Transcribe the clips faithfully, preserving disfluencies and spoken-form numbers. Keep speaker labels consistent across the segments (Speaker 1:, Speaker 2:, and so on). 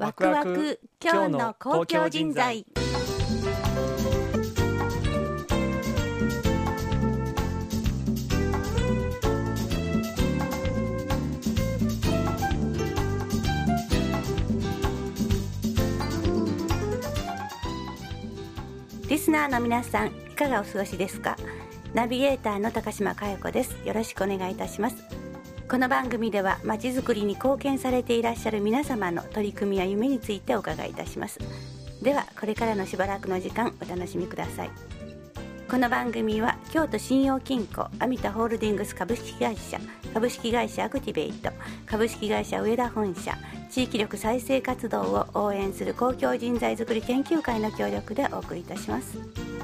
Speaker 1: ワクワク今日の公共人材。リスナーの皆さん、いかがお過ごしですか？ナビゲーターの高島佳代子です。よろしくお願いいたします。この番組ではまちづくりに貢献されていらっしゃる皆様の取り組みや夢についてお伺いいたします。ではこれからのしばらくの時間お楽しみください。この番組は京都信用金庫アミタホールディングス株式会社、株式会社アクティベイト、株式会社上田本社、地域力再生活動を応援する公共人材づくり研究会の協力でお送りいたします。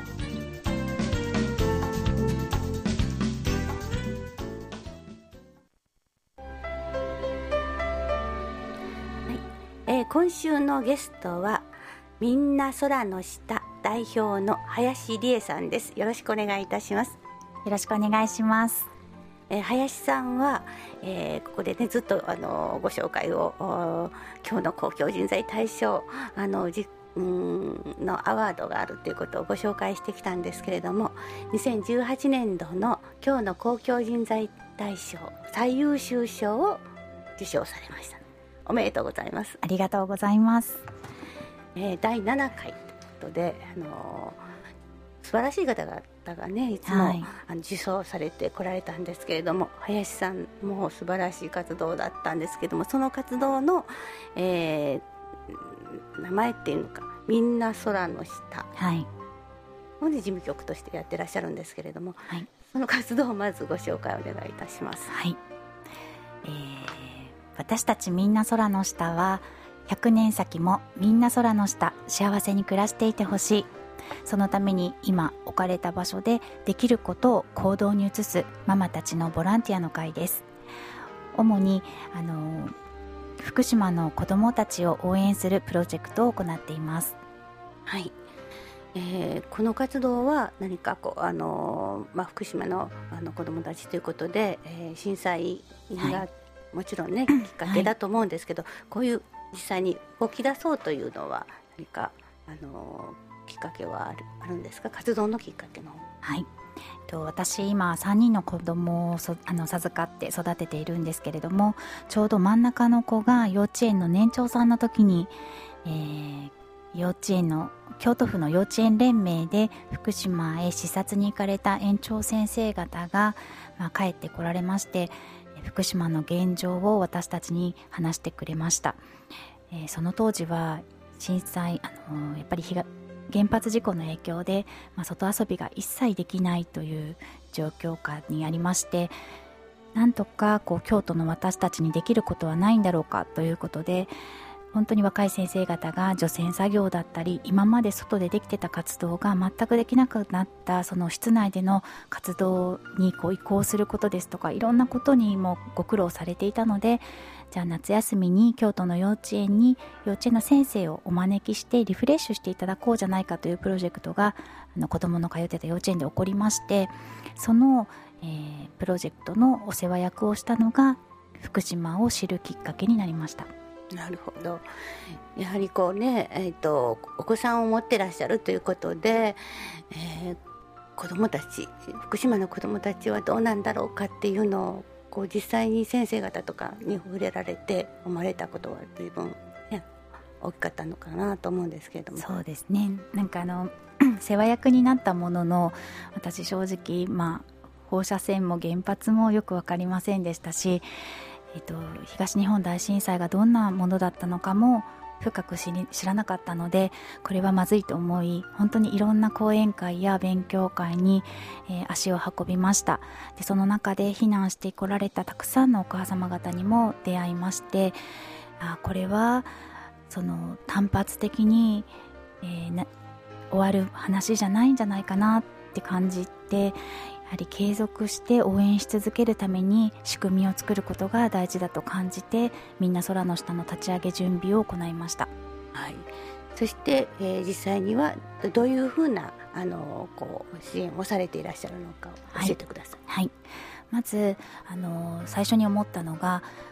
Speaker 1: えー、今週のゲストはみんな空の下代表の林理恵さんです。よろしくお願いいたします。
Speaker 2: よろしくお願いします。
Speaker 1: えー、林さんは、えー、ここでねずっとあのご紹介を今日の公共人材大賞あのじうんのアワードがあるということをご紹介してきたんですけれども、にせんじゅうはちねんどの今日の公共人材大賞最優秀賞を受賞されました。おめでとうございます。
Speaker 2: ありがとうございます。
Speaker 1: えー、だいななかいということで、あのー、素晴らしい方々がねいつも、はい、あの受賞されてこられたんですけれども、林さんも素晴らしい活動だったんですけれども、その活動の、えー、名前っていうのかみんな空の下、はい、本で事務局としてやってらっしゃるんですけれども、はい、その活動をまずご紹介お願いいたします。
Speaker 2: はい、えー、私たちみんな空の下はひゃくねん先もみんな空の下幸せに暮らしていてほしい。そのために今置かれた場所でできることを行動に移すママたちのボランティアの会です。主にあの福島の子どもたちを応援するプロジェクトを行っています。
Speaker 1: はい、えー、この活動は何かこうあの、まあ、福島のあの子どもたちということで、えー、震災が、はい、もちろんねきっかけだと思うんですけど、はい、こういう実際に動き出そうというのは何かあのきっかけはある、あるんですか？活動のきっかけの。
Speaker 2: はい、と私今さんにんの子供をそあの授かって育てているんですけれども、ちょうど真ん中の子が幼稚園の年長さんの時に、えー、幼稚園の京都府の幼稚園連盟で福島へ視察に行かれた園長先生方が、まあ、帰ってこられまして、福島の現状を私たちに話してくれました。えー、その当時は震災、あのー、やっぱり原発事故の影響で、まあ、外遊びが一切できないという状況下にありまして、なんとかこう京都の私たちにできることはないんだろうかということで、本当に若い先生方が除染作業だったり今まで外でできてた活動が全くできなくなったその室内での活動にこう移行することですとか、いろんなことにもご苦労されていたので、じゃあ夏休みに京都の幼稚園に幼稚園の先生をお招きしてリフレッシュしていただこうじゃないかというプロジェクトがあの子どもの通ってた幼稚園で起こりまして、その、えー、プロジェクトのお世話役をしたのが福島を知るきっかけになりました。
Speaker 1: なるほど。やはりこうね、えーと、お子さんを持ってらっしゃるということで、えー、子どもたち福島の子どもたちはどうなんだろうかっていうのをこう実際に先生方とかに触れられて思われたことは随分、ね、大きかったのかなと思うんですけれども。
Speaker 2: そうですね、なんかあの世話役になったものの、私正直、まあ、放射線も原発もよく分かりませんでしたし、えっと、東日本大震災がどんなものだったのかも深く知り知らなかったので、これはまずいと思い、本当にいろんな講演会や勉強会に、えー、足を運びました。でその中で避難してこられたたくさんのお母様方にも出会いまして、あこれはその単発的に、えー、な終わる話じゃないんじゃないかなって感じて、やはり継続して応援し続けるために仕組みを作ることが大事だと感じて、みんな空の下の立ち上げ準備を行いました。
Speaker 1: はい、そして、えー、実際にはどういうふうなあのこう支援をされていらっしゃるのかを教えてください。
Speaker 2: はい、はい、まずあの最初に思ったのが、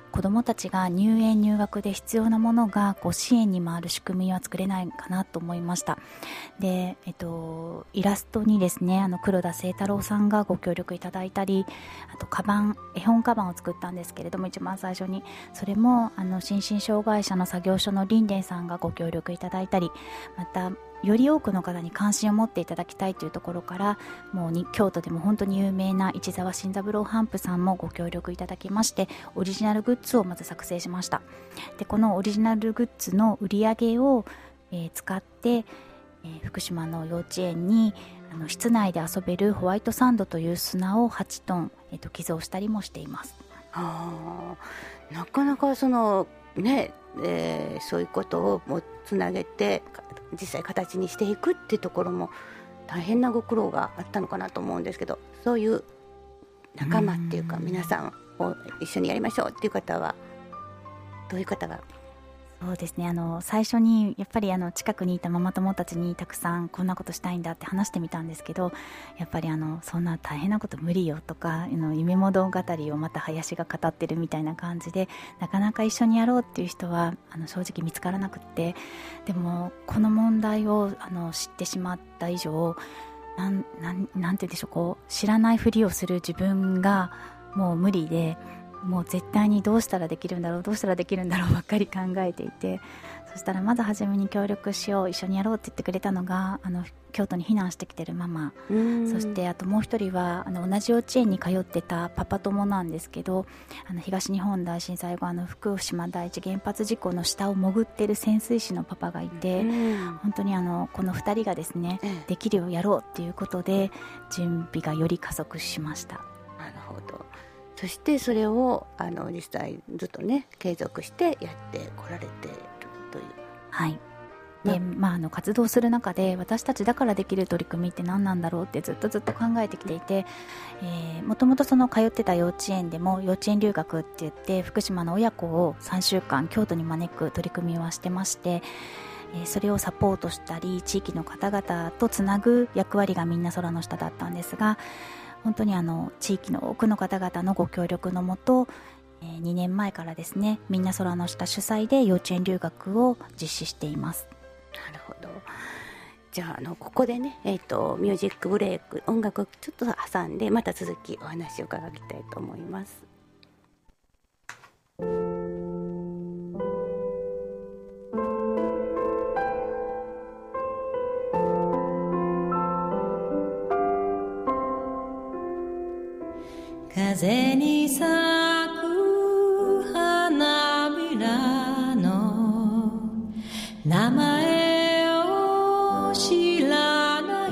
Speaker 2: 子どもたちが入園入学で必要なものがこう支援に回る仕組みは作れないかなと思いました。で、えっと、イラストにですね、あの黒田清太郎さんがご協力いただいたり、あとカバン絵本カバンを作ったんですけれども、一番最初にそれもあの心身障害者の作業所のリンデンさんがご協力いただいたり、またより多くの方に関心を持っていただきたいというところから、もうに京都でも本当に有名な市沢新三郎ハンプさんもご協力いただきまして、オリジナルグッズをまず作成しました。でこのオリジナルグッズの売り上げを、えー、使って、えー、福島の幼稚園にあの室内で遊べるホワイトサンドという砂をはちトン、えー、と寄贈したりもしています。
Speaker 1: あなかなかそのね、えー、そういうことをもつなげて実際形にしていくっていうところも大変なご苦労があったのかなと思うんですけど、そういう仲間っていうか皆さんを一緒にやりましょうっていう方はどういう方が？
Speaker 2: そうですね、あの最初にやっぱりあの近くにいたママ友たちにたくさんこんなことしたいんだって話してみたんですけど、やっぱりあのそんな大変なこと無理よとか、あの夢物語をまた林が語ってるみたいな感じでなかなか一緒にやろうっていう人はあの正直見つからなくって、でもこの問題をあの知ってしまった以上、なんなんなんて言うんでしょう、こう知らないふりをする自分がもう無理で、もう絶対にどうしたらできるんだろうどうしたらできるんだろうばっかり考えていて、そしたらまず初めに協力しよう、一緒にやろうって言ってくれたのがあの京都に避難してきてるママ、そしてあともう一人はあの同じ幼稚園に通ってたパパ友なんですけど、あの東日本大震災後あの福島第一原発事故の下を潜ってる潜水士のパパがいて、本当にあのこのふたりがですね、できるようやろうっていうことで準備がより加速しました。
Speaker 1: なるほど。そしてそれをあの実際ずっとね継続してやってこられているという。
Speaker 2: はいでまあ、あの活動する中で私たちだからできる取り組みって何なんだろうってずっとずっと考えてきていて、えー、もともとその通ってた幼稚園でも幼稚園留学って言って福島の親子をさんしゅうかん京都に招く取り組みはしてまして、えー、それをサポートしたり地域の方々とつなぐ役割がみんな空の下だったんですが、本当にあの地域の多くの方々のご協力のもと、えー、にねんまえからですね、みんな空の下主催で幼稚園留学を実施しています。
Speaker 1: なるほど。じゃあ、あのここでね、えーと、ミュージックブレイク、音楽をちょっと挟んでまた続きお話を伺いたいと思います。
Speaker 3: 風に咲く花びらの名前を知らない、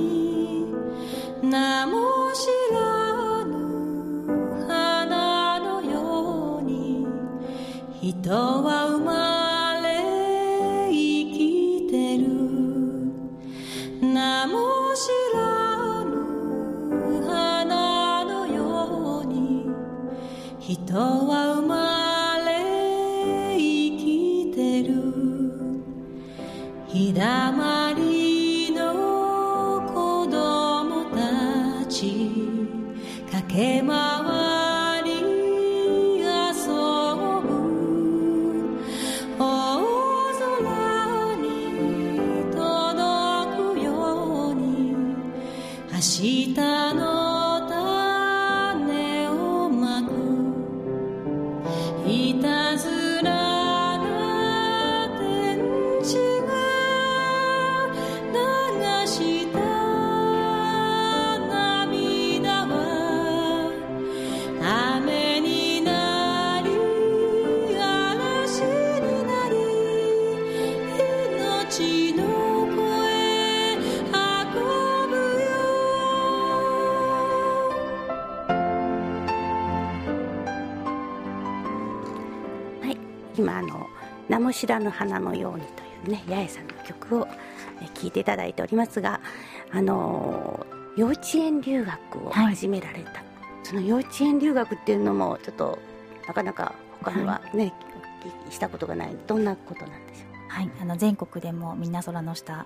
Speaker 3: 名も知らぬ花のように人は生まれ生きてる、名も知らぬ花のように人は生まれ生きてる、日だまりの子供たち駆け回り遊ぶ、大空に届くように明日の種をまく、いたずらな天使が流した涙は雨になり嵐になり命の声運ぶよ。
Speaker 1: はい、今あの名も知らぬ花のようにというね八重さんの曲を聴いていただいておりますが、あの幼稚園留学を始められた、はい、その幼稚園留学っていうのもちょっとなかなか他にはね、はい、お聞きしたことがない、どんなことなんでしょう。
Speaker 2: はい、あの全国でもみんな空の下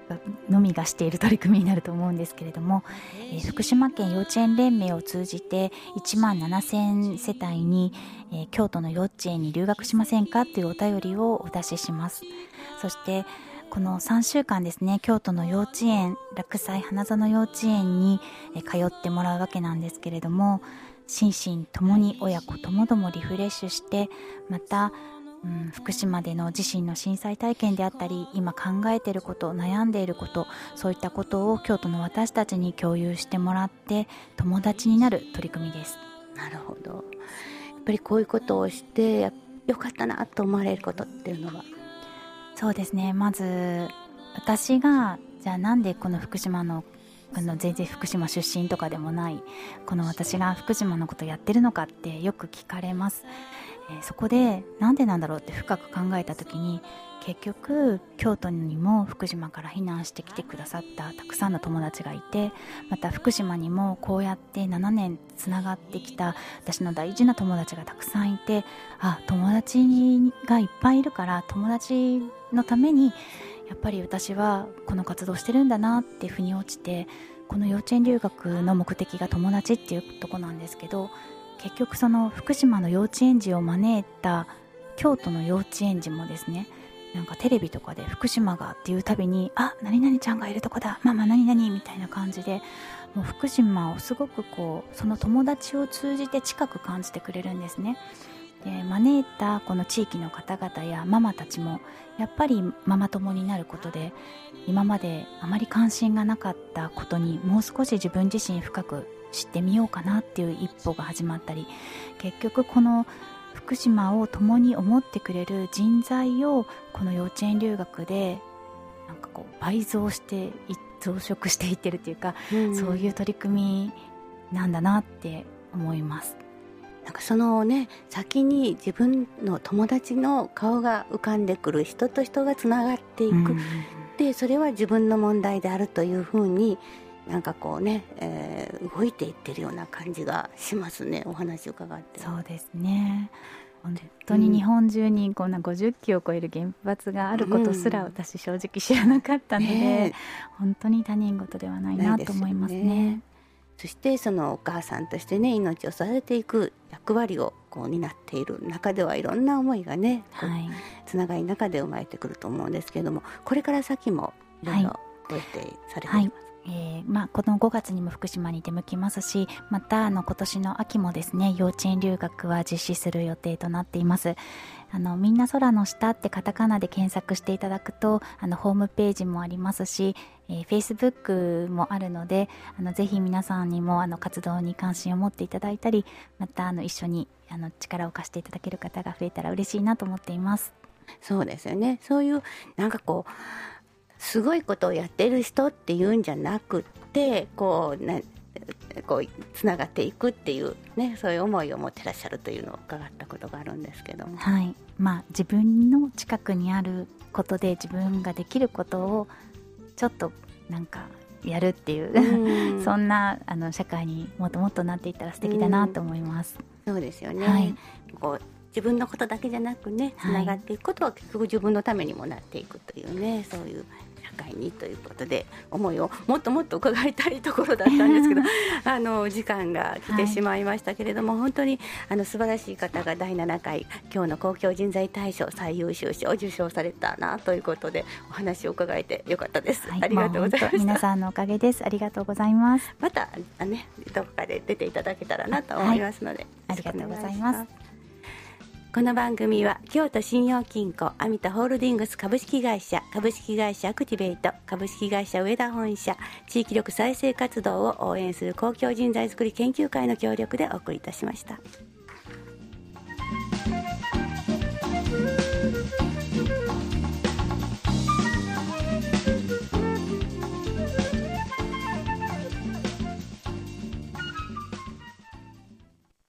Speaker 2: のみがしている取り組みになると思うんですけれども、えー、福島県幼稚園連盟を通じていちまんななせんせたいに、えー、京都の幼稚園に留学しませんかというお便りをお出しします。そしてこのさんしゅうかんですね、京都の幼稚園、洛西花園幼稚園に通ってもらうわけなんですけれども、心身ともに親子ともどもリフレッシュして、また、うん、福島での自身の震災体験であったり、今考えていること、悩んでいること、そういったことを京都の私たちに共有してもらって友達になる取り組みです。
Speaker 1: なるほど。やっぱりこういうことをしてよかったなと思われることっていうのは？
Speaker 2: そうですね、まず私がじゃあなんでこの福島のあの全然福島出身とかでもないこの私が福島のことやってるのかってよく聞かれます。えー、そこでなんでなんだろうって深く考えた時に、結局京都にも福島から避難してきてくださったたくさんの友達がいて、また福島にもこうやってななねんつながってきた私の大事な友達がたくさんいて、あ、友達がいっぱいいるから友達のためにやっぱり私はこの活動してるんだなって腑に落ちて、この幼稚園留学の目的が友達っていうとこなんですけど、結局その福島の幼稚園児を招いた京都の幼稚園児もですね、なんかテレビとかで福島がっていうたびに、あ、何々ちゃんがいるとこだ、ママ何々みたいな感じで、もう福島をすごくこうその友達を通じて近く感じてくれるんですね。で、招いたこの地域の方々やママたちもやっぱりママ友になることで、今まであまり関心がなかったことにもう少し自分自身深く知ってみようかなっていう一歩が始まったり、結局この福島を共に思ってくれる人材をこの幼稚園留学でなんかこう倍増して増殖していってるっていうか、うん、そういう取り組みなんだなって思います。
Speaker 1: なんかそのね、先に自分の友達の顔が浮かんでくる、人と人がつながっていく、うん、でそれは自分の問題であるというふうになんかこうね、えー、動いていってるような感じがしますね、お話を伺って。
Speaker 2: そうですね、本当に日本中にこんなごじゅっきを超える原発があることすら私正直知らなかったので、うんね、本当に他人事ではないなと思います ね, すね。
Speaker 1: そしてそのお母さんとしてね、命を育てていく役割をこう担っている中ではいろんな思いがね、はい、つながりの中で生まれてくると思うんですけれども、これから先もいろいろご予定されています、はいはい。
Speaker 2: えーまあ、このごがつにも福島に出向きますし、またあの今年の秋もですね、幼稚園留学は実施する予定となっています。あのみんな空の下ってカタカナで検索していただくと、あのホームページもありますし、えー、Facebook もあるので、あのぜひ皆さんにもあの活動に関心を持っていただいたり、またあの一緒にあの力を貸していただける方が増えたら嬉しいなと思っています。
Speaker 1: そうですよね。そういうなんかこうすごいことをやってる人っていうんじゃなくて、こうなこうつながっていくっていう、ね、そういう思いを持ってらっしゃるというのを伺ったことがあるんですけども、
Speaker 2: はい、まあ、自分の近くにあることで自分ができることをちょっとなんかやるっていうそんなあの社会にもっともっとなっていったら素敵だなと思います。
Speaker 1: うそうですよね、
Speaker 2: はい、
Speaker 1: こう自分のことだけじゃなくね、つながっていくことは結局自分のためにもなっていくというね、そういう社会にということで思いをもっともっと伺いたいところだったんですけどあの時間が来てしまいましたけれども、はい、本当にあの素晴らしい方がだいななかい今日の公共人材大賞最優秀賞を受賞されたなということで、お話を伺えてよかったです、はい、ありがとうございました。
Speaker 2: 皆さんのおかげです。ありがとうございます。
Speaker 1: また、ね、どこかで出ていただけたらなと思いますので、はい、
Speaker 2: ありがとうございます。
Speaker 1: この番組は京都信用金庫アミタホールディングス株式会社、株式会社アクティベイト、株式会社上田本社、地域力再生活動を応援する公共人材づくり研究会の協力でお送りいたしました。